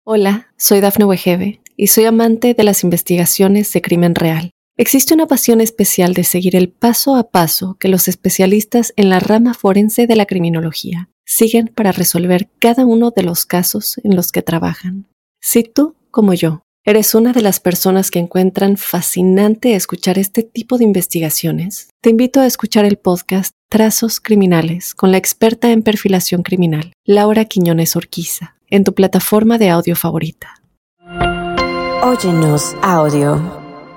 Hola, soy Dafne Wegebe y soy amante de las investigaciones de crimen real. Existe una pasión especial de seguir el paso a paso que los especialistas en la rama forense de la criminología siguen para resolver cada uno de los casos en los que trabajan. Si tú, como yo, eres una de las personas que encuentran fascinante escuchar este tipo de investigaciones, te invito a escuchar el podcast Trazos Criminales con la experta en perfilación criminal, Laura Quiñones Orquiza, en tu plataforma de audio favorita. Óyenos audio.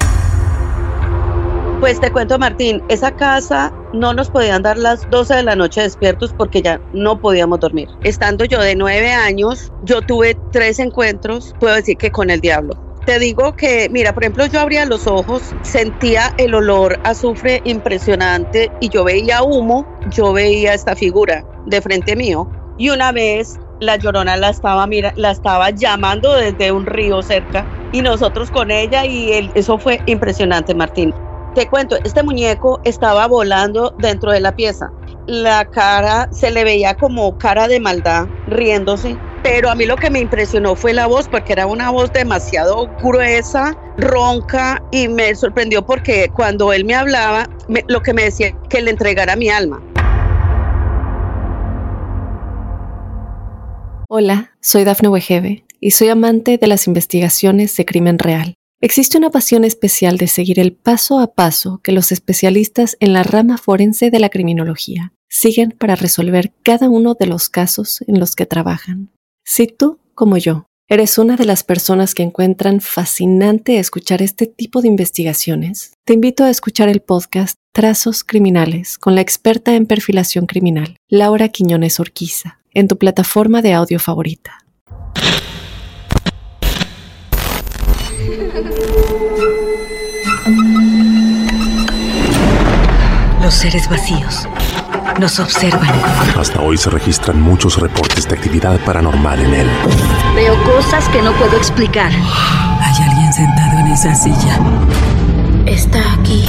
Pues te cuento, Martín, esa casa no nos podían dar las 12 de la noche despiertos porque ya no podíamos dormir. Estando yo de 9 años, yo tuve 3 encuentros, puedo decir que con el diablo. Te digo que, mira, por ejemplo, yo abría los ojos, sentía el olor a azufre impresionante y yo veía humo, yo veía esta figura de frente mío. Y una vez la Llorona la estaba llamando desde un río cerca y nosotros con ella y eso fue impresionante, Martín. Te cuento, este muñeco estaba volando dentro de la pieza. La cara se le veía como cara de maldad, riéndose. Pero a mí lo que me impresionó fue la voz, porque era una voz demasiado gruesa, ronca, y me sorprendió porque cuando él me hablaba, lo que me decía que le entregara mi alma. Hola, soy Dafne Wegebe y soy amante de las investigaciones de crimen real. Existe una pasión especial de seguir el paso a paso que los especialistas en la rama forense de la criminología siguen para resolver cada uno de los casos en los que trabajan. Si tú, como yo, eres una de las personas que encuentran fascinante escuchar este tipo de investigaciones, te invito a escuchar el podcast Trazos Criminales con la experta en perfilación criminal, Laura Quiñones Orquiza, en tu plataforma de audio favorita. Los seres vacíos nos observan. Hasta hoy se registran muchos reportes de actividad paranormal en él. Veo cosas que no puedo explicar. Hay alguien sentado en esa silla. Está aquí.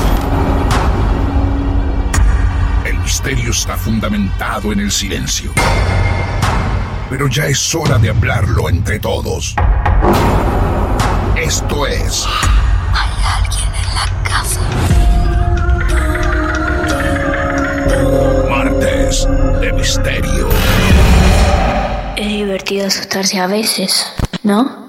El misterio está fundamentado en el silencio. Pero ya es hora de hablarlo entre todos. Esto es... Hay alguien en la casa. Martes de Misterio. Es divertido asustarse a veces, ¿no?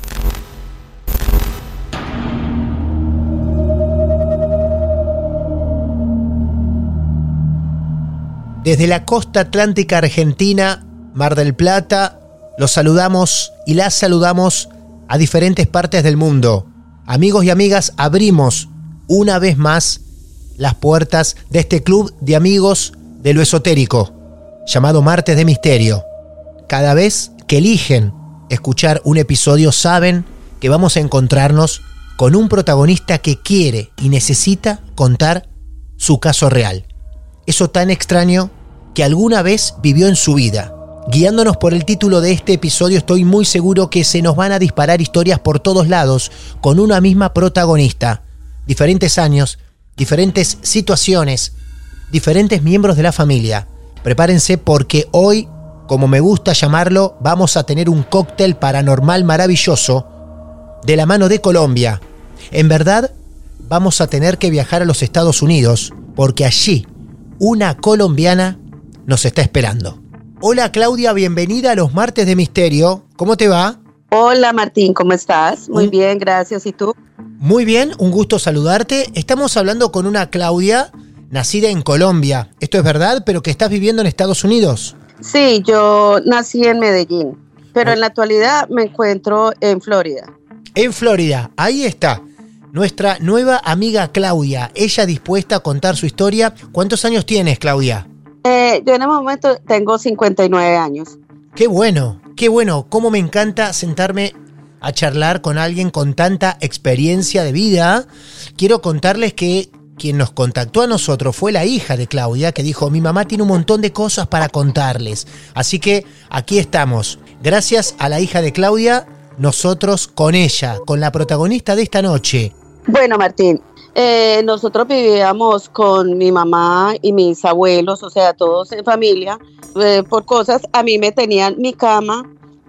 Desde la costa atlántica argentina, Mar del Plata, los saludamos y las saludamos a diferentes partes del mundo. Amigos y amigas, abrimos una vez más las puertas de este club de amigos de lo esotérico, llamado Martes de Misterio. Cada vez que eligen escuchar un episodio saben que vamos a encontrarnos con un protagonista que quiere y necesita contar su caso real. Eso tan extraño que alguna vez vivió en su vida. Guiándonos por el título de este episodio, estoy muy seguro que se nos van a disparar historias por todos lados con una misma protagonista. Diferentes años, diferentes situaciones, diferentes miembros de la familia. Prepárense porque hoy, como me gusta llamarlo, vamos a tener un cóctel paranormal maravilloso de la mano de Colombia. En verdad, vamos a tener que viajar a los Estados Unidos porque allí una colombiana nos está esperando. Hola Claudia, bienvenida a los Martes de Misterio. ¿Cómo te va? Hola Martín, ¿cómo estás? Muy bien, gracias. ¿Y tú? Muy bien, un gusto saludarte. Estamos hablando con una Claudia nacida en Colombia. Esto es verdad, pero que estás viviendo en Estados Unidos. Sí, yo nací en Medellín, pero en la actualidad me encuentro en Florida. En Florida, ahí está. Nuestra nueva amiga Claudia, ella dispuesta a contar su historia. ¿Cuántos años tienes, Claudia? Yo en el momento tengo 59 años. Qué bueno. Cómo me encanta sentarme a charlar con alguien con tanta experiencia de vida. Quiero contarles que quien nos contactó a nosotros fue la hija de Claudia, que dijo, mi mamá tiene un montón de cosas para contarles. Así que aquí estamos. Gracias a la hija de Claudia, nosotros con ella, con la protagonista de esta noche. Bueno, Martín, nosotros vivíamos con mi mamá y mis abuelos, o sea, todos en familia. Por cosas, a mí me tenían mi cama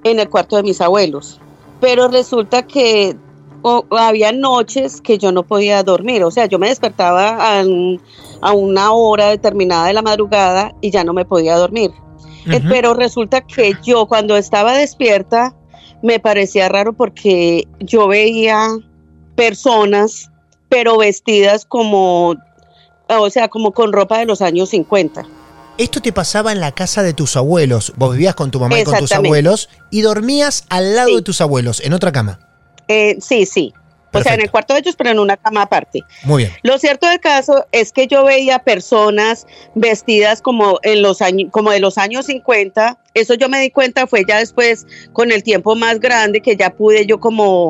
en el cuarto de mis abuelos. Pero resulta que había noches que yo no podía dormir, o sea, yo me despertaba a una hora determinada de la madrugada y ya no me podía dormir. Pero resulta que yo cuando estaba despierta me parecía raro porque yo veía personas, pero vestidas como, o sea, como con ropa de los años 50. Esto te pasaba en la casa de tus abuelos. Vos vivías con tu mamá y con tus abuelos y dormías al lado de tus abuelos, en otra cama. Sí. Perfecto. O sea, en el cuarto de ellos, pero en una cama aparte. Muy bien. Lo cierto del caso es que yo veía personas vestidas como de los años 50. Eso yo me di cuenta fue ya después, con el tiempo más grande, que ya pude yo como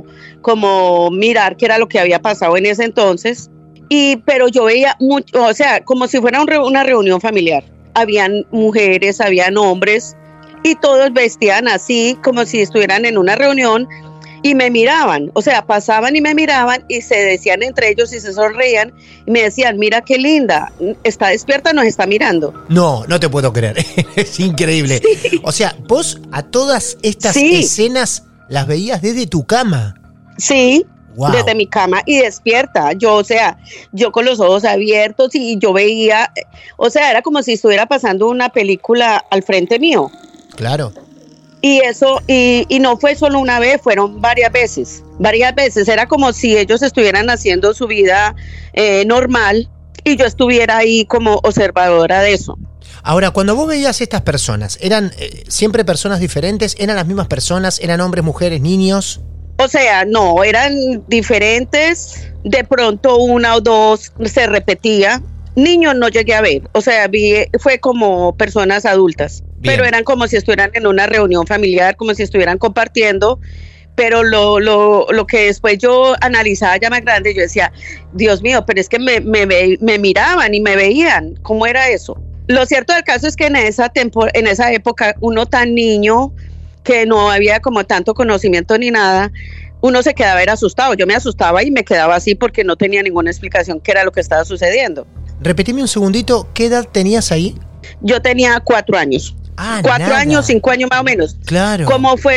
mirar qué era lo que había pasado en ese entonces. Pero yo veía mucho, o sea, como si fuera una reunión familiar. Habían mujeres, habían hombres, y todos vestían así, como si estuvieran en una reunión. Y me miraban, o sea, pasaban y me miraban y se decían entre ellos y se sonreían y me decían, mira qué linda, está despierta, nos está mirando. No te puedo creer, es increíble. Sí. O sea, vos a todas estas escenas las veías desde tu cama. Sí, wow. Desde mi cama y despierta. Yo con los ojos abiertos y yo veía, o sea, era como si estuviera pasando una película al frente mío. Claro. Y eso, y no fue solo una vez, fueron varias veces, era como si ellos estuvieran haciendo su vida normal y yo estuviera ahí como observadora de eso. Ahora, cuando vos veías estas personas, ¿eran siempre personas diferentes? ¿Eran las mismas personas? ¿Eran hombres, mujeres, niños? O sea, no, eran diferentes, de pronto una o dos se repetía. Niños no llegué a ver, o sea, fue como personas adultas. Bien. Pero eran como si estuvieran en una reunión familiar, como si estuvieran compartiendo, pero lo que después yo analizaba ya más grande, yo decía, Dios mío, pero es que me miraban y me veían, ¿cómo era eso? Lo cierto del caso es que en esa época, uno tan niño, que no había como tanto conocimiento ni nada, uno se quedaba asustado, yo me asustaba y me quedaba así porque no tenía ninguna explicación qué era lo que estaba sucediendo. Repetime un segundito, ¿qué edad tenías ahí? Yo tenía 4 años. 4 años, 5 años más o menos. Claro.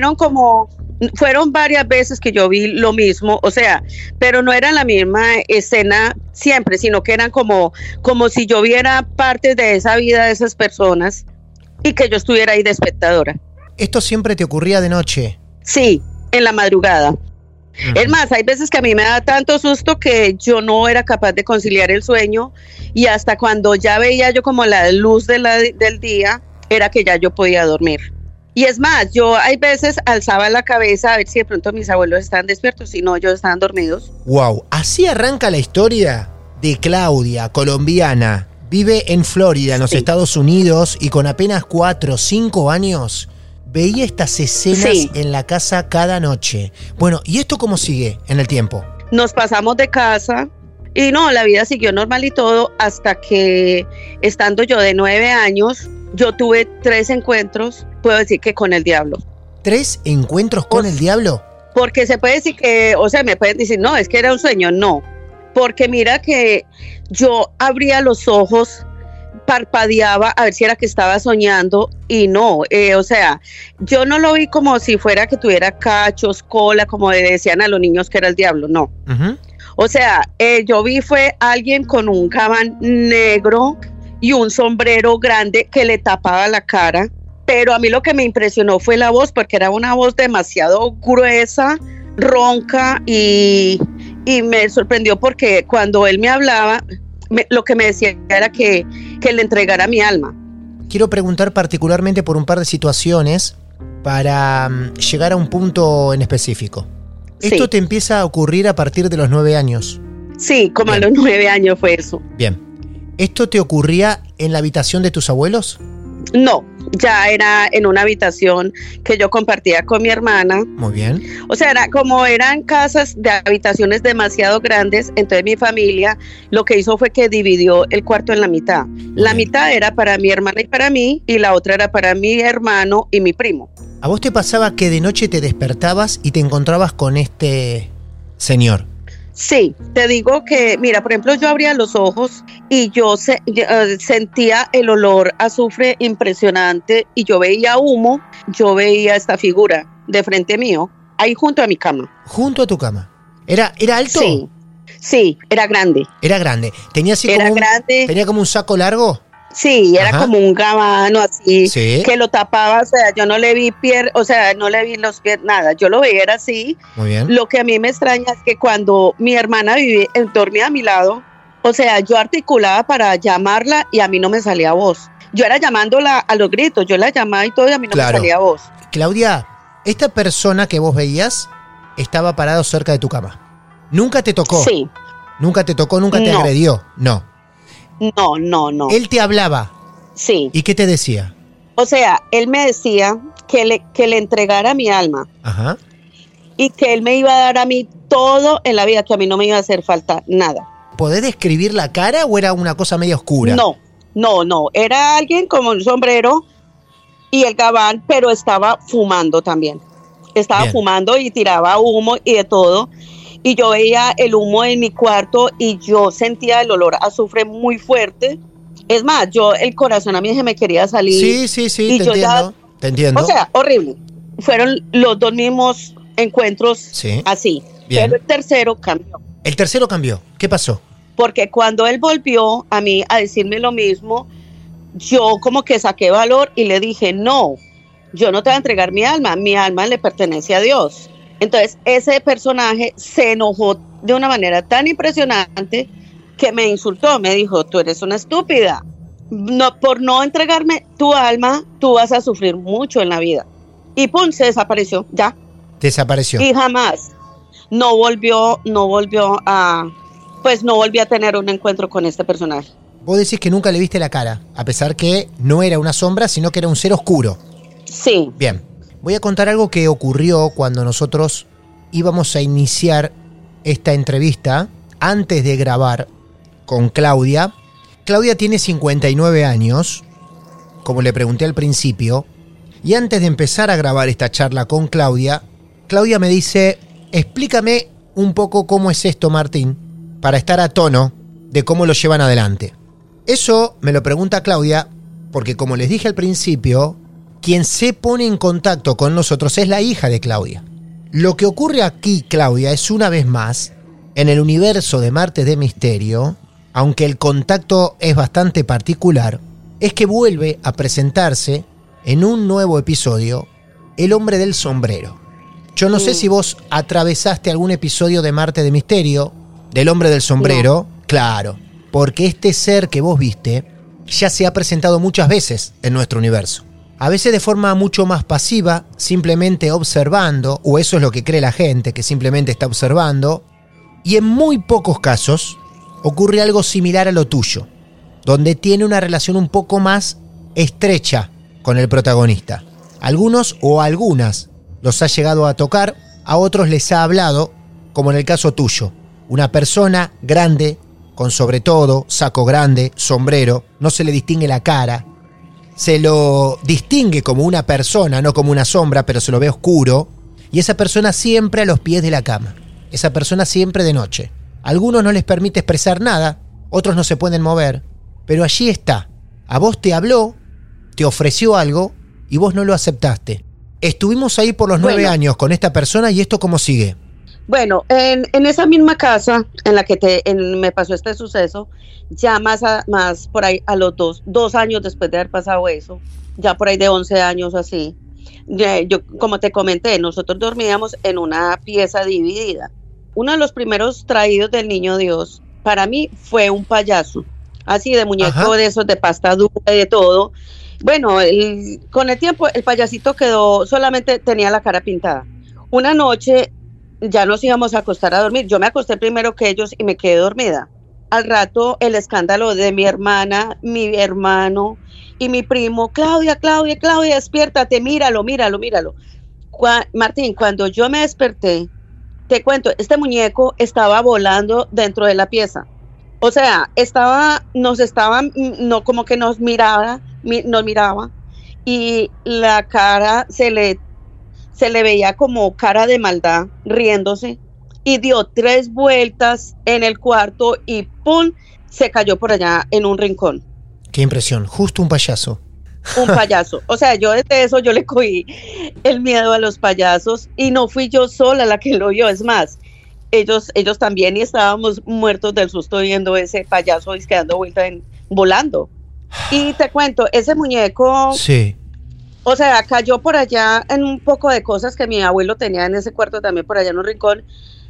Fueron varias veces que yo vi lo mismo, o sea, pero no era la misma escena siempre, sino que eran como si yo viera partes de esa vida de esas personas y que yo estuviera ahí de espectadora. ¿Esto siempre te ocurría de noche? Sí, en la madrugada. Es más, hay veces que a mí me da tanto susto que yo no era capaz de conciliar el sueño y hasta cuando ya veía yo como la luz del día, era que ya yo podía dormir. Y es más, yo hay veces alzaba la cabeza a ver si de pronto mis abuelos estaban despiertos, si no, ellos estaban dormidos. Wow, así arranca la historia de Claudia, colombiana. Vive en Florida, en los Estados Unidos, y con apenas 4 o 5 años veía estas escenas en la casa cada noche. Bueno, ¿y esto cómo sigue en el tiempo? Nos pasamos de casa y no, la vida siguió normal y todo hasta que, estando yo de 9 años, yo tuve 3 encuentros, puedo decir que con el diablo. ¿3 encuentros con el diablo? Porque se puede decir que, o sea, me pueden decir, no, es que era un sueño, no. Porque mira que yo abría los ojos, parpadeaba a ver si era que estaba soñando y no, o sea, yo no lo vi como si fuera que tuviera cachos, cola, como decían a los niños que era el diablo, no. Uh-huh. O sea, yo vi fue alguien con un gabán negro y un sombrero grande que le tapaba la cara, pero a mí lo que me impresionó fue la voz, porque era una voz demasiado gruesa, ronca y me sorprendió porque cuando él me hablaba, lo que me decía era que le entregara mi alma. Quiero preguntar particularmente por un par de situaciones para llegar a un punto en específico. ¿Esto te empieza a ocurrir a partir de los 9 años? Sí, como Bien. A los 9 años fue eso. Bien. ¿Esto te ocurría en la habitación de tus abuelos? No, ya era en una habitación que yo compartía con mi hermana. Muy bien. O sea, eran casas de habitaciones demasiado grandes, entonces mi familia lo que hizo fue que dividió el cuarto en la mitad. La mitad era para mi hermana y para mí, y la otra era para mi hermano y mi primo. ¿A vos te pasaba que de noche te despertabas y te encontrabas con este señor? Sí, te digo que, mira, por ejemplo, yo abría los ojos y yo sentía el olor a azufre impresionante y yo veía humo, yo veía esta figura de frente mío, ahí junto a mi cama. ¿Junto a tu cama? ¿Era alto? Sí, era grande. Era grande. ¿Tenía así grande. ¿Tenía como un saco largo? Sí, era como un gabano así, ¿sí? Que lo tapaba, o sea, yo no le vi no le vi los pies, nada, yo lo veía era así. Muy bien. Lo que a mí me extraña es que cuando mi hermana dormía a mi lado, o sea, yo articulaba para llamarla y a mí no me salía voz. Yo era llamándola a los gritos, yo la llamaba y todo y a mí no me salía voz. Claudia, esta persona que vos veías estaba parado cerca de tu cama. ¿Nunca te tocó? Sí. ¿Nunca te tocó, nunca te agredió? No. No. ¿Él te hablaba? Sí. ¿Y qué te decía? O sea, él me decía que le entregara mi alma. Ajá. Y que él me iba a dar a mí todo en la vida, que a mí no me iba a hacer falta nada. ¿Podés describir la cara o era una cosa medio oscura? No. Era alguien como un sombrero y el gabán, pero estaba fumando también. Estaba fumando y tiraba humo y de todo. Y yo veía el humo en mi cuarto y yo sentía el olor a azufre muy fuerte. Es más, el corazón a mí se me quería salir. Sí, te entiendo. O sea, horrible. Fueron los dos mismos encuentros así. Bien. Pero el tercero cambió. ¿El tercero cambió? ¿Qué pasó? Porque cuando él volvió a mí a decirme lo mismo, yo como que saqué valor y le dije, no, yo no te voy a entregar mi alma le pertenece a Dios. Entonces ese personaje se enojó de una manera tan impresionante que me insultó, me dijo, tú eres una estúpida, por no entregarme tu alma, tú vas a sufrir mucho en la vida. Y pum, se desapareció, ya. Desapareció. Y jamás, no volví a tener un encuentro con este personaje. Vos decís que nunca le viste la cara, a pesar que no era una sombra, sino que era un ser oscuro. Sí. Bien. Voy a contar algo que ocurrió cuando nosotros íbamos a iniciar esta entrevista antes de grabar con Claudia. Claudia tiene 59 años, como le pregunté al principio, y antes de empezar a grabar esta charla con Claudia me dice, explícame un poco cómo es esto, Martín, para estar a tono de cómo lo llevan adelante. Eso me lo pregunta Claudia porque, como les dije al principio, quien se pone en contacto con nosotros es la hija de Claudia. Lo que ocurre aquí, Claudia, es una vez más, en el universo de Martes de Misterio, aunque el contacto es bastante particular, es que vuelve a presentarse en un nuevo episodio el hombre del sombrero. Yo no sé si vos atravesaste algún episodio de Martes de Misterio, del hombre del sombrero. No. Claro, porque este ser que vos viste ya se ha presentado muchas veces en nuestro universo. A veces de forma mucho más pasiva, simplemente observando, o eso es lo que cree la gente, que simplemente está observando, y en muy pocos casos ocurre algo similar a lo tuyo, donde tiene una relación un poco más estrecha con el protagonista. Algunos o algunas los ha llegado a tocar, a otros les ha hablado, como en el caso tuyo, una persona grande, con sobre todo, saco grande, sombrero, no se le distingue la cara, se lo distingue como una persona, no como una sombra, pero se lo ve oscuro, y esa persona siempre a los pies de la cama, esa persona siempre de noche. A algunos no les permite expresar nada, otros no se pueden mover, pero allí está. A vos te habló, te ofreció algo, y vos no lo aceptaste. Estuvimos ahí por los 9 años con esta persona, ¿y esto cómo sigue? Bueno, en esa misma casa en la que me pasó este suceso, ya más por ahí a los 2 años después de haber pasado eso, ya por ahí de 11 años así, yo como te comenté, nosotros dormíamos en una pieza dividida. Uno de los primeros traídos del Niño Dios para mí fue un payaso, así de muñeco de esos de pasta dura y de todo. Bueno, con el tiempo el payasito solamente tenía la cara pintada. Una noche ya nos íbamos a acostar a dormir. Yo me acosté primero que ellos y me quedé dormida. Al rato el escándalo de mi hermana, mi hermano y mi primo, Claudia, despiértate, míralo. Martín, cuando yo me desperté, te cuento, este muñeco estaba volando dentro de la pieza. O sea, como que nos miraba y la cara se le veía como cara de maldad, riéndose, y dio 3 vueltas en el cuarto y ¡pum! Se cayó por allá en un rincón. Qué impresión, justo un payaso. Un payaso. O sea, yo desde eso yo le cogí el miedo a los payasos y no fui yo sola la que lo vio. Es más, ellos también y estábamos muertos del susto viendo ese payaso y dando vuelta volando. Y te cuento, ese muñeco, sí, o sea, cayó por allá en un poco de cosas que mi abuelo tenía en ese cuarto también por allá en un rincón.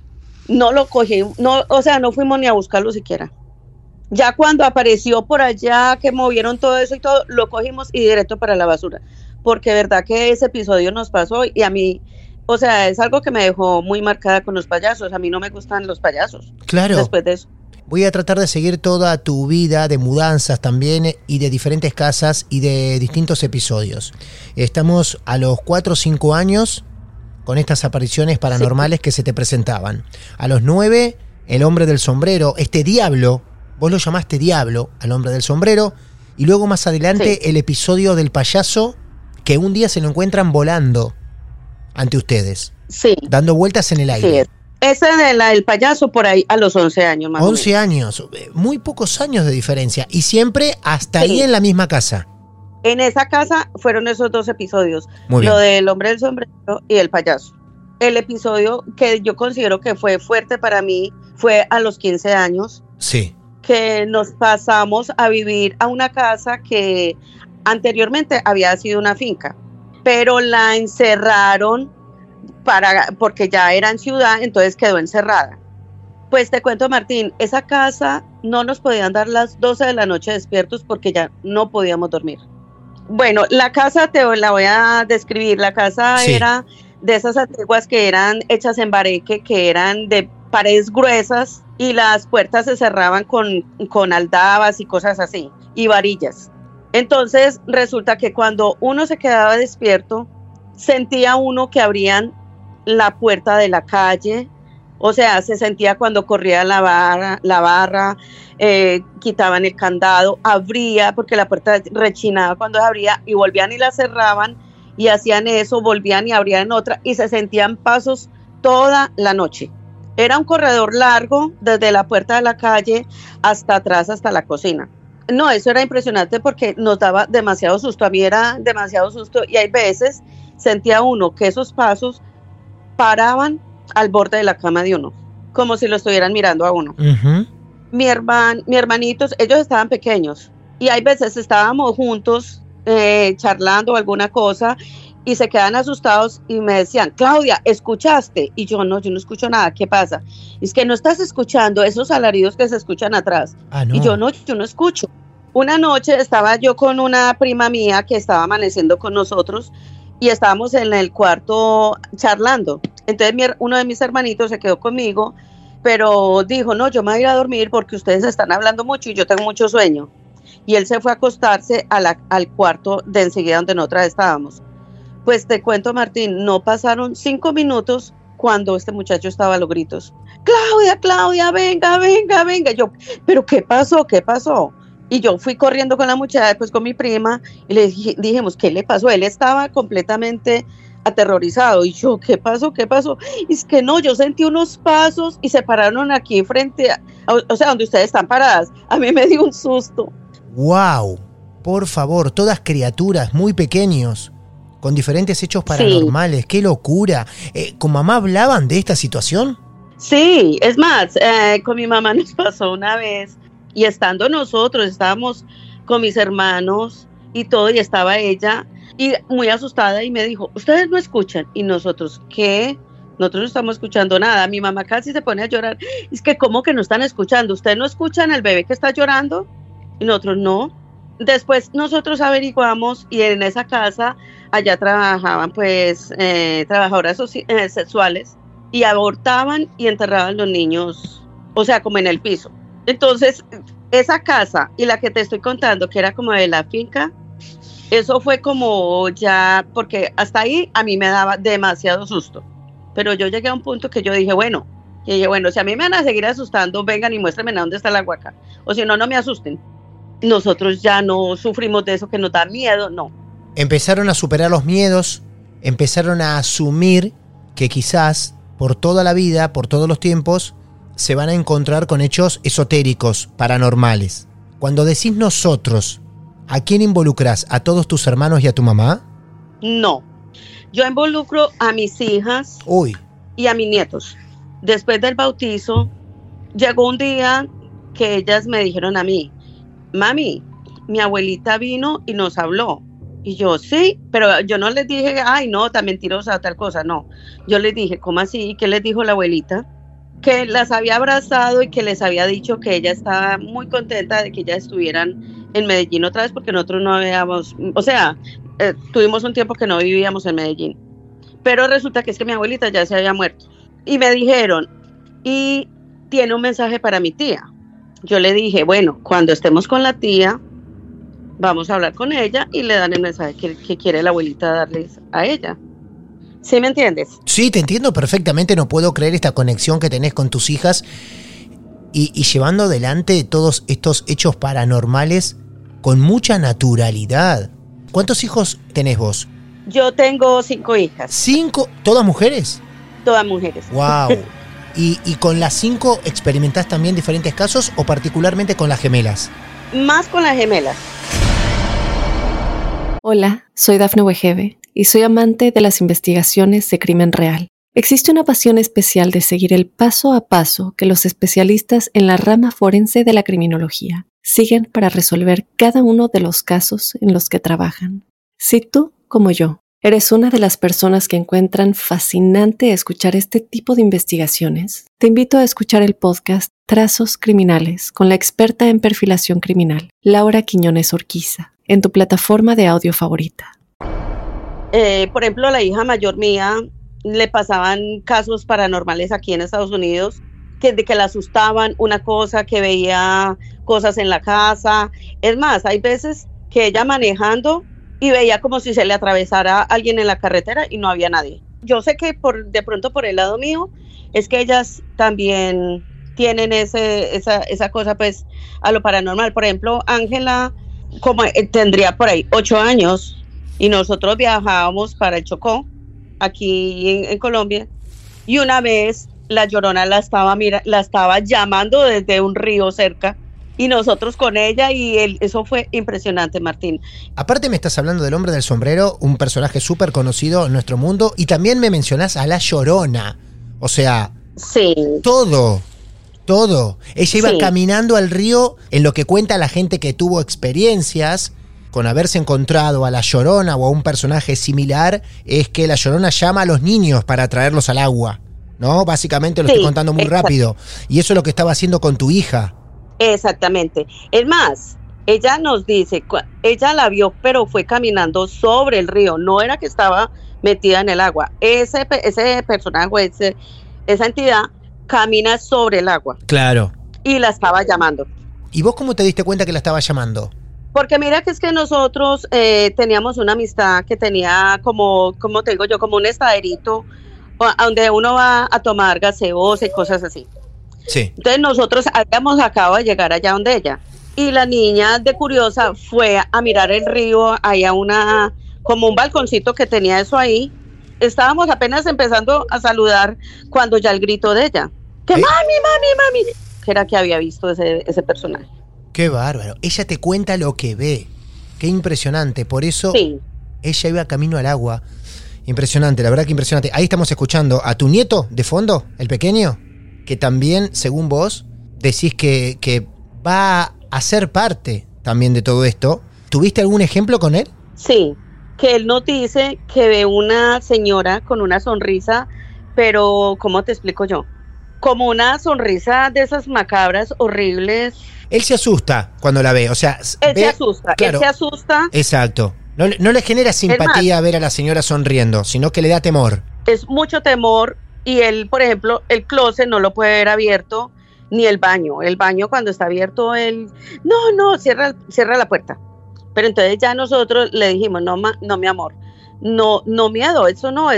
No lo cogí, no, o sea, no fuimos ni a buscarlo siquiera. Ya cuando apareció por allá, que movieron todo eso y todo, lo cogimos y directo para la basura. Porque verdad que ese episodio nos pasó y a mí, o sea, es algo que me dejó muy marcada con los payasos. A mí no me gustan los payasos. Claro. Después de eso. Voy a tratar de seguir toda tu vida de mudanzas también y de diferentes casas y de distintos episodios. Estamos a los 4 o 5 años con estas apariciones paranormales que se te presentaban. A los 9, el hombre del sombrero, este diablo. Vos lo llamaste diablo al hombre del sombrero. Y luego más adelante el episodio del payaso que un día se lo encuentran volando ante ustedes. Sí. Dando vueltas en el aire. Sí. Ese del payaso por ahí a los 11 años más 11 años. Muy pocos años de diferencia. Y siempre hasta ahí en la misma casa. En esa casa fueron esos 2 episodios. Muy bien. Lo del hombre del sombrero y el payaso. El episodio que yo considero que fue fuerte para mí fue a los 15 años. Sí. Que nos pasamos a vivir a una casa que anteriormente había sido una finca, pero la encerraron porque ya era en ciudad, entonces quedó encerrada. Pues te cuento, Martín, esa casa no nos podían dar las 12 de la noche despiertos porque ya no podíamos dormir. Bueno, la casa te la voy a describir. La casa era de esas antiguas que eran hechas en bareque, que eran de paredes gruesas y las puertas se cerraban con aldabas y cosas así, y varillas. Entonces resulta que cuando uno se quedaba despierto, sentía uno que abrían la puerta de la calle, o sea, se sentía cuando corría la barra, quitaban el candado, abría, porque la puerta rechinaba cuando se abría, y volvían y la cerraban, y hacían eso, volvían y abrían otra, y se sentían pasos toda la noche. Era un corredor largo desde la puerta de la calle hasta atrás, hasta la cocina. No, eso era impresionante porque nos daba demasiado susto. A mí era demasiado susto y hay veces sentía uno que esos pasos paraban al borde de la cama de uno, como si lo estuvieran mirando a uno. Uh-huh. Mi hermanitos, ellos estaban pequeños y hay veces estábamos juntos charlando alguna cosa y se quedan asustados y me decían, Claudia, ¿escuchaste? Y yo no escucho nada, ¿qué pasa? Es que no estás escuchando esos alaridos que se escuchan atrás. No. Y yo no escucho. Una noche estaba yo con una prima mía que estaba amaneciendo con nosotros y estábamos en el cuarto charlando. Entonces uno de mis hermanitos se quedó conmigo, pero dijo, no, yo me voy a ir a dormir porque ustedes están hablando mucho y yo tengo mucho sueño. Y él se fue a acostarse al cuarto de enseguida donde nosotras estábamos. Pues te cuento, Martín, no pasaron 5 minutos cuando este muchacho estaba a los gritos. Claudia, venga. Yo, ¿pero qué pasó? Y yo fui corriendo con la muchacha, pues con mi prima, y le dijimos, ¿qué le pasó? Él estaba completamente aterrorizado. Y yo, ¿qué pasó? Y es que no, yo sentí unos pasos y se pararon aquí frente o sea, donde ustedes están paradas. A mí me dio un susto. ¡Wow! Por favor, todas criaturas muy pequeños, con diferentes hechos paranormales. ¡Qué locura! ¿Con mamá hablaban de esta situación? Sí, es más, con mi mamá nos pasó una vez, y estando nosotros, estábamos con mis hermanos y todo, y estaba ella, y muy asustada, y me dijo, ¿ustedes no escuchan? Y nosotros, ¿qué? Nosotros no estamos escuchando nada. Mi mamá casi se pone a llorar. Es que, ¿cómo que no están escuchando? ¿Ustedes no escuchan al bebé que está llorando? Y nosotros, no. Después nosotros averiguamos y en esa casa allá trabajaban pues trabajadoras sexuales y abortaban y enterraban los niños, o sea, como en el piso. Entonces esa casa y la que te estoy contando, que era como de la finca, eso fue como ya, porque hasta ahí a mí me daba demasiado susto, pero yo llegué a un punto que yo dije, bueno, si a mí me van a seguir asustando, vengan y muéstrenme dónde está la huaca, o si no, no me asusten. Nosotros ya no sufrimos de eso que nos da miedo, no. Empezaron a superar los miedos, empezaron a asumir que quizás por toda la vida, por todos los tiempos, se van a encontrar con hechos esotéricos, paranormales. Cuando decís nosotros, ¿a quién involucras? ¿A todos tus hermanos y a tu mamá? No, yo involucro a mis hijas y a mis nietos. Después del bautizo, llegó un día que ellas me dijeron a mí, mami, mi abuelita vino y nos habló. Y yo, sí, pero yo no les dije, ay, no, tan mentirosa, tal cosa, no. Yo les dije, ¿cómo así? ¿Qué les dijo la abuelita? Que las había abrazado y que les había dicho que ella estaba muy contenta de que ellas estuvieran en Medellín otra vez, porque nosotros no habíamos, tuvimos un tiempo que no vivíamos en Medellín. Pero resulta que es que mi abuelita ya se había muerto. Y me dijeron, y tiene un mensaje para mi tía. Yo le dije, bueno, cuando estemos con la tía, vamos a hablar con ella y le dan el mensaje que quiere la abuelita darles a ella. ¿Sí me entiendes? Sí, te entiendo perfectamente. No puedo creer esta conexión que tenés con tus hijas y llevando adelante todos estos hechos paranormales con mucha naturalidad. ¿Cuántos hijos tenés vos? Yo tengo 5 hijas. ¿5? ¿Todas mujeres? Todas mujeres. ¡Wow! ¿Y con las 5 experimentás también diferentes casos o particularmente con las gemelas? Más con las gemelas. Hola, soy Dafne Wegebe y soy amante de las investigaciones de crimen real. Existe una pasión especial de seguir el paso a paso que los especialistas en la rama forense de la criminología siguen para resolver cada uno de los casos en los que trabajan. Si tú, como yo, eres una de las personas que encuentran fascinante escuchar este tipo de investigaciones, te invito a escuchar el podcast Trazos Criminales con la experta en perfilación criminal, Laura Quiñones Orquiza, en tu plataforma de audio favorita. Por ejemplo, la hija mayor mía le pasaban casos paranormales aquí en Estados Unidos, que la asustaban, una cosa, que veía cosas en la casa. Es más, hay veces que ella manejando y veía como si se le atravesara alguien en la carretera y no había nadie. Yo sé que de pronto por el lado mío es que ellas también tienen esa cosa pues a lo paranormal. Por ejemplo, Ángela como tendría por ahí 8 años y nosotros viajábamos para el Chocó, aquí en Colombia, y una vez la Llorona la estaba llamando desde un río cerca y nosotros con ella y eso fue impresionante, Martín. Aparte me estás hablando del hombre del sombrero, un personaje súper conocido en nuestro mundo, y también me mencionás a la Llorona, o sea, sí, todo. Ella iba caminando al río, en lo que cuenta la gente que tuvo experiencias con haberse encontrado a la Llorona o a un personaje similar, es que la Llorona llama a los niños para traerlos al agua, ¿no? Básicamente lo estoy contando muy rápido. Y eso es lo que estaba haciendo con tu hija. Exactamente. Es más, ella nos dice, ella la vio, pero fue caminando sobre el río, no era que estaba metida en el agua. Ese personaje, esa entidad, camina sobre el agua. Claro. Y la estaba llamando. ¿Y vos cómo te diste cuenta que la estaba llamando? Porque mira que es que nosotros teníamos una amistad que tenía como te digo yo, como un estaderito donde uno va a tomar gaseosa y cosas así. Sí. Entonces nosotros habíamos acabado de llegar allá donde ella. Y la niña de curiosa fue a mirar el río, allá como un balconcito que tenía eso ahí. Estábamos apenas empezando a saludar cuando ya el grito de ella. Que mami, que era que había visto ese personaje. Qué bárbaro. Ella te cuenta lo que ve. Qué impresionante. Por eso ella iba camino al agua. Impresionante, la verdad que impresionante. Ahí estamos escuchando a tu nieto de fondo, el pequeño, que también, según vos, decís que va a ser parte también de todo esto. ¿Tuviste algún ejemplo con él? Sí, que él nos dice que ve una señora con una sonrisa, pero ¿cómo te explico yo? Como una sonrisa de esas macabras, horribles. Él se asusta cuando la ve, o sea... Él se asusta. Exacto. No le genera simpatía ver a la señora sonriendo, sino que le da temor. Es mucho temor y él, por ejemplo, el closet no lo puede ver abierto, ni el baño. El baño cuando está abierto, él... No, cierra la puerta. Pero entonces ya nosotros le dijimos, no mi amor, no miedo, eso no,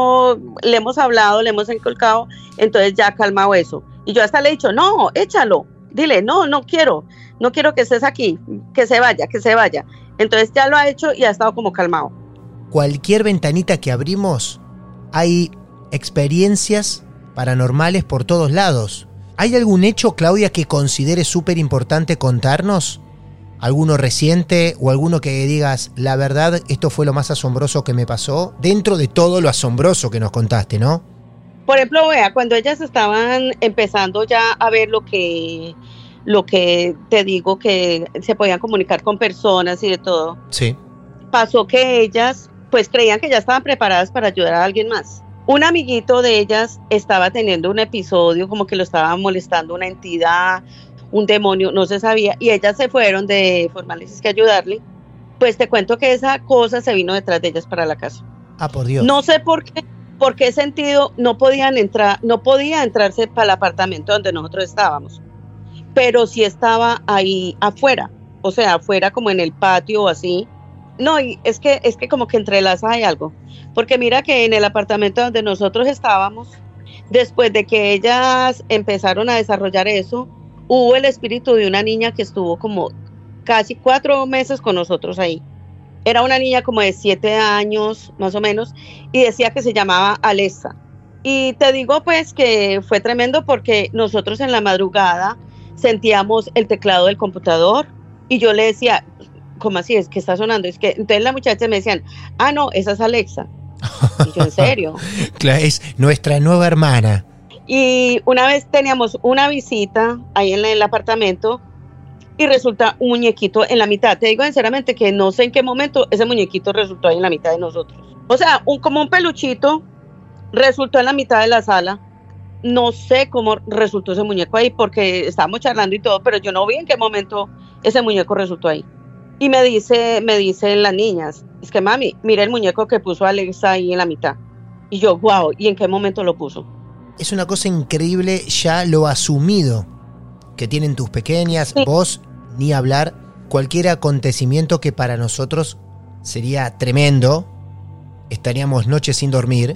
le hemos hablado, le hemos inculcado, entonces ya ha calmado eso. Y yo hasta le he dicho, no, échalo, dile, no quiero que estés aquí, que se vaya. Entonces ya lo ha hecho y ha estado como calmado. Cualquier ventanita que abrimos, hay experiencias paranormales por todos lados. ¿Hay algún hecho, Claudia, que consideres súper importante contarnos? ¿Alguno reciente o alguno que digas, la verdad, esto fue lo más asombroso que me pasó? Dentro de todo lo asombroso que nos contaste, ¿no? Por ejemplo, vea, cuando ellas estaban empezando ya a ver lo que te digo, que se podían comunicar con personas y de todo. Sí. Pasó que ellas, pues creían que ya estaban preparadas para ayudar a alguien más. Un amiguito de ellas estaba teniendo un episodio como que lo estaba molestando una entidad, un demonio, no se sabía, y ellas se fueron de formálicos que ayudarle. Pues te cuento que esa cosa se vino detrás de ellas para la casa. Ah, por Dios. No sé por qué sentido no podía entrarse para el apartamento donde nosotros estábamos, pero sí estaba ahí afuera, o sea, afuera como en el patio o así. No, y es que como que entre las hay algo, porque mira que en el apartamento donde nosotros estábamos, después de que ellas empezaron a desarrollar eso, hubo el espíritu de una niña que estuvo como casi 4 meses con nosotros ahí. Era una niña como de 7 años, más o menos, y decía que se llamaba Alexa. Y te digo pues que fue tremendo porque nosotros en la madrugada sentíamos el teclado del computador y yo le decía, ¿cómo así? Es que está sonando. Es que entonces la muchacha me decían, ah, no, esa es Alexa. Y yo, ¿en serio? Claro, es nuestra nueva hermana. Y una vez teníamos una visita ahí en el apartamento y resulta un muñequito en la mitad. Te digo sinceramente que no sé en qué momento ese muñequito resultó ahí en la mitad de nosotros. O sea, como un peluchito resultó en la mitad de la sala. No sé cómo resultó ese muñeco ahí porque estábamos charlando y todo, pero yo no vi en qué momento ese muñeco resultó ahí. Y me dicen las niñas, es que mami, mira el muñeco que puso Alexa ahí en la mitad. Y yo, wow, ¿y en qué momento lo puso? Es una cosa increíble ya lo asumido que tienen tus pequeñas, sí. Vos, ni hablar, cualquier acontecimiento que para nosotros sería tremendo, estaríamos noches sin dormir,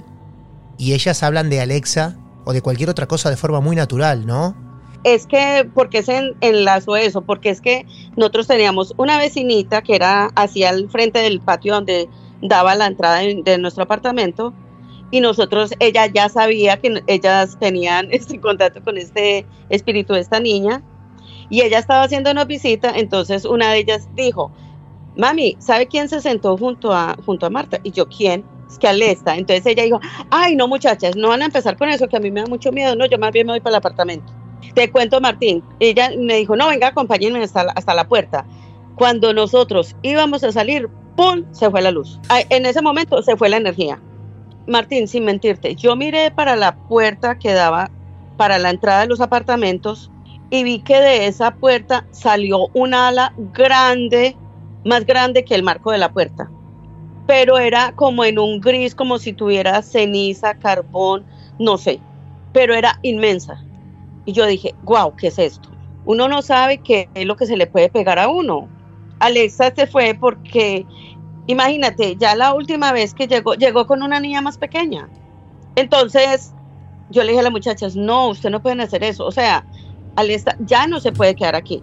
y ellas hablan de Alexa o de cualquier otra cosa de forma muy natural, ¿no? Es que, porque se enlazó eso, porque es que nosotros teníamos una vecinita que era hacia el frente del patio donde daba la entrada de nuestro apartamento, y ella ya sabía que ellas tenían este contacto con este espíritu de esta niña, y ella estaba haciendo una visita. Entonces una de ellas dijo, mami, ¿sabe quién se sentó junto a Marta? Y yo, ¿quién? Es que Alexa. Entonces ella dijo, ay, no muchachas, no van a empezar con eso, que a mí me da mucho miedo, no, yo más bien me voy para el apartamento. Te cuento, Martín, ella me dijo, no, venga, acompáñenme hasta la puerta. Cuando nosotros íbamos a salir, ¡pum!, se fue la luz. En ese momento se fue la energía. Martín, sin mentirte, yo miré para la puerta que daba para la entrada de los apartamentos y vi que de esa puerta salió un ala grande, más grande que el marco de la puerta. Pero era como en un gris, como si tuviera ceniza, carbón, no sé, pero era inmensa. Y yo dije, wow, ¿qué es esto? Uno no sabe qué es lo que se le puede pegar a uno. Alexa se fue porque, imagínate, ya la última vez que llegó con una niña más pequeña. Entonces, yo le dije a las muchachas, no, ustedes no pueden hacer eso. O sea, Alexa ya no se puede quedar aquí.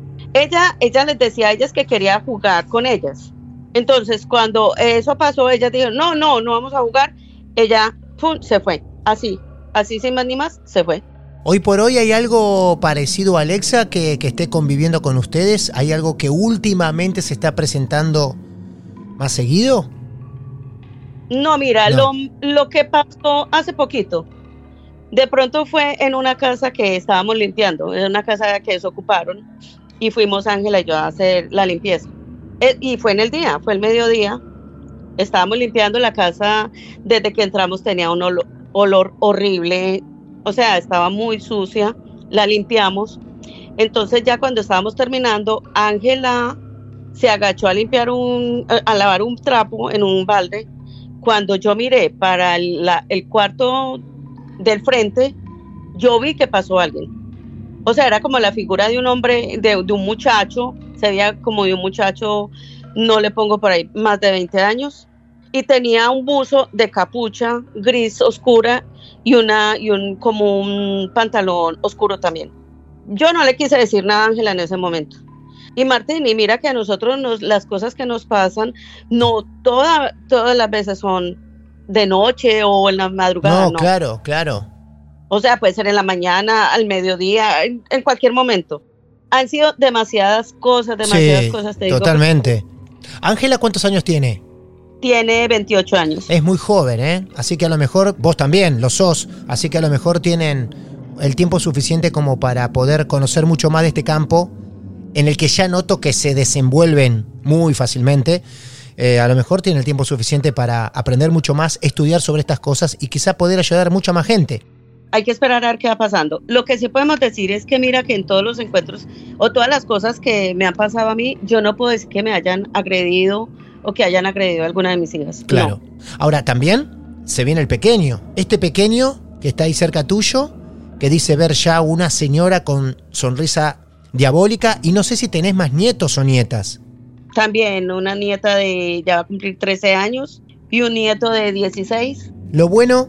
Ella les decía a ellas que quería jugar con ellas. Entonces, cuando eso pasó, ella dijo, no vamos a jugar. Ella, pum, se fue. Así sin más ni más, se fue. Hoy por hoy, ¿hay algo parecido a Alexa que esté conviviendo con ustedes? ¿Hay algo que últimamente se está presentando más seguido? No, mira, no. Lo que pasó hace poquito, de pronto fue en una casa que estábamos limpiando, en una casa que desocuparon, y fuimos Ángela y yo a hacer la limpieza. Y fue en el día, fue el mediodía, estábamos limpiando la casa, desde que entramos tenía un olor horrible. O sea, estaba muy sucia, la limpiamos. Entonces ya cuando estábamos terminando, Ángela se agachó a lavar un trapo en un balde. Cuando yo miré para el cuarto del frente, yo vi que pasó alguien. O sea, era como la figura de un hombre, de un muchacho, se veía como de un muchacho, no le pongo por ahí, más de 20 años. Y tenía un buzo de capucha gris oscura y como un pantalón oscuro también. Yo no le quise decir nada a Ángela en ese momento. Y Martín, y mira que a nosotros las cosas que nos pasan, no todas las veces son de noche o en la madrugada. No, claro. O sea, puede ser en la mañana, al mediodía, en cualquier momento. Han sido demasiadas cosas, te digo. Totalmente. Ángela, ¿cuántos años tiene? Tiene 28 años. Es muy joven, ¿eh? Así que a lo mejor vos también lo sos. Así que a lo mejor tienen el tiempo suficiente como para poder conocer mucho más de este campo en el que ya noto que se desenvuelven muy fácilmente. A lo mejor tienen el tiempo suficiente para aprender mucho más, estudiar sobre estas cosas y quizá poder ayudar a mucha más gente. Hay que esperar a ver qué va pasando. Lo que sí podemos decir es que mira que en todos los encuentros o todas las cosas que me han pasado a mí, yo no puedo decir que me hayan agredido o que hayan agredido a alguna de mis hijas. Claro. No. Ahora, también se viene el pequeño. Este pequeño que está ahí cerca tuyo, que dice ver ya una señora con sonrisa diabólica, y no sé si tenés más nietos o nietas. También una nieta ya va a cumplir 13 años y un nieto de 16. Lo bueno,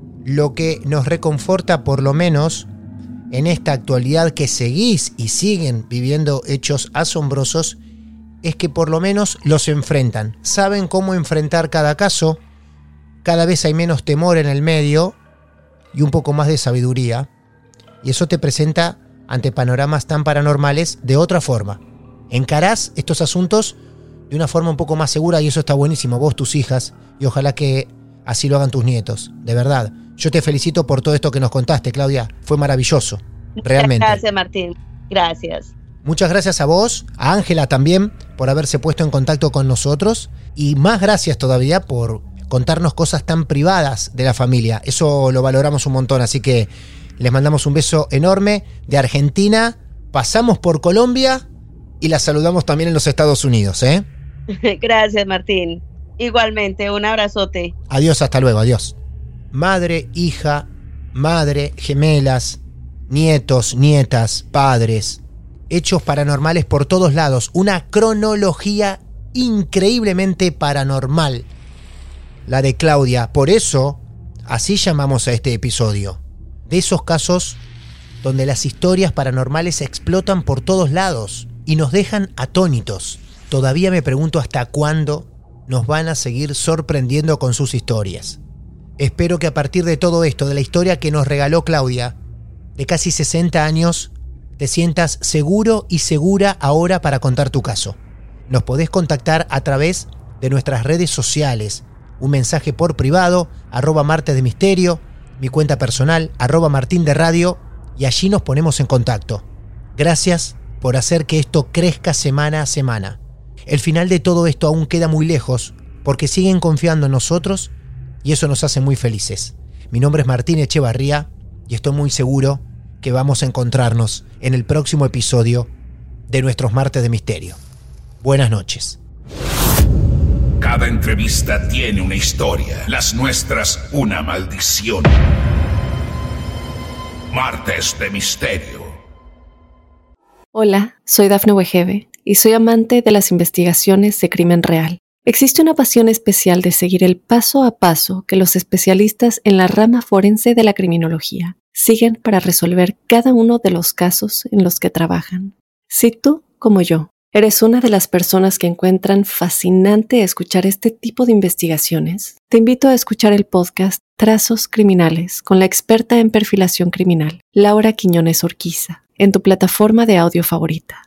lo que nos reconforta por lo menos en esta actualidad que seguís y siguen viviendo hechos asombrosos, es que por lo menos los enfrentan. Saben cómo enfrentar cada caso, cada vez hay menos temor en el medio y un poco más de sabiduría. Y eso te presenta ante panoramas tan paranormales de otra forma. Encarás estos asuntos de una forma un poco más segura y eso está buenísimo, vos, tus hijas, y ojalá que así lo hagan tus nietos, de verdad. Yo te felicito por todo esto que nos contaste, Claudia, fue maravilloso, realmente. Gracias, Martín, gracias. Muchas gracias a vos, a Ángela también, por haberse puesto en contacto con nosotros, y más gracias todavía por contarnos cosas tan privadas de la familia, eso lo valoramos un montón, así que les mandamos un beso enorme de Argentina, pasamos por Colombia y la saludamos también en los Estados Unidos, ¿eh? Gracias, Martín. Igualmente, un abrazote. Adiós, hasta luego, adiós. Madre, hija, madre, gemelas, nietos, nietas, padres, hechos paranormales por todos lados, una cronología increíblemente paranormal, la de Claudia. Por eso, así llamamos a este episodio, de esos casos donde las historias paranormales explotan por todos lados y nos dejan atónitos. Todavía me pregunto hasta cuándo nos van a seguir sorprendiendo con sus historias. Espero que a partir de todo esto, de la historia que nos regaló Claudia, de casi 60 años, te sientas seguro y segura ahora para contar tu caso. Nos podés contactar a través de nuestras redes sociales. Un mensaje por privado, @martesdemisterio, mi cuenta personal, @martinderadio, y allí nos ponemos en contacto. Gracias por hacer que esto crezca semana a semana. El final de todo esto aún queda muy lejos, porque siguen confiando en nosotros y eso nos hace muy felices. Mi nombre es Martín Echevarría y estoy muy seguro que vamos a encontrarnos en el próximo episodio de nuestros Martes de Misterio. Buenas noches. Cada entrevista tiene una historia, las nuestras una maldición. Martes de Misterio. Hola, soy Dafne Wegebe y soy amante de las investigaciones de crimen real. Existe una pasión especial de seguir el paso a paso que los especialistas en la rama forense de la criminología siguen para resolver cada uno de los casos en los que trabajan. Si tú, como yo, eres una de las personas que encuentran fascinante escuchar este tipo de investigaciones, te invito a escuchar el podcast Trazos Criminales con la experta en perfilación criminal, Laura Quiñones Orquiza, en tu plataforma de audio favorita.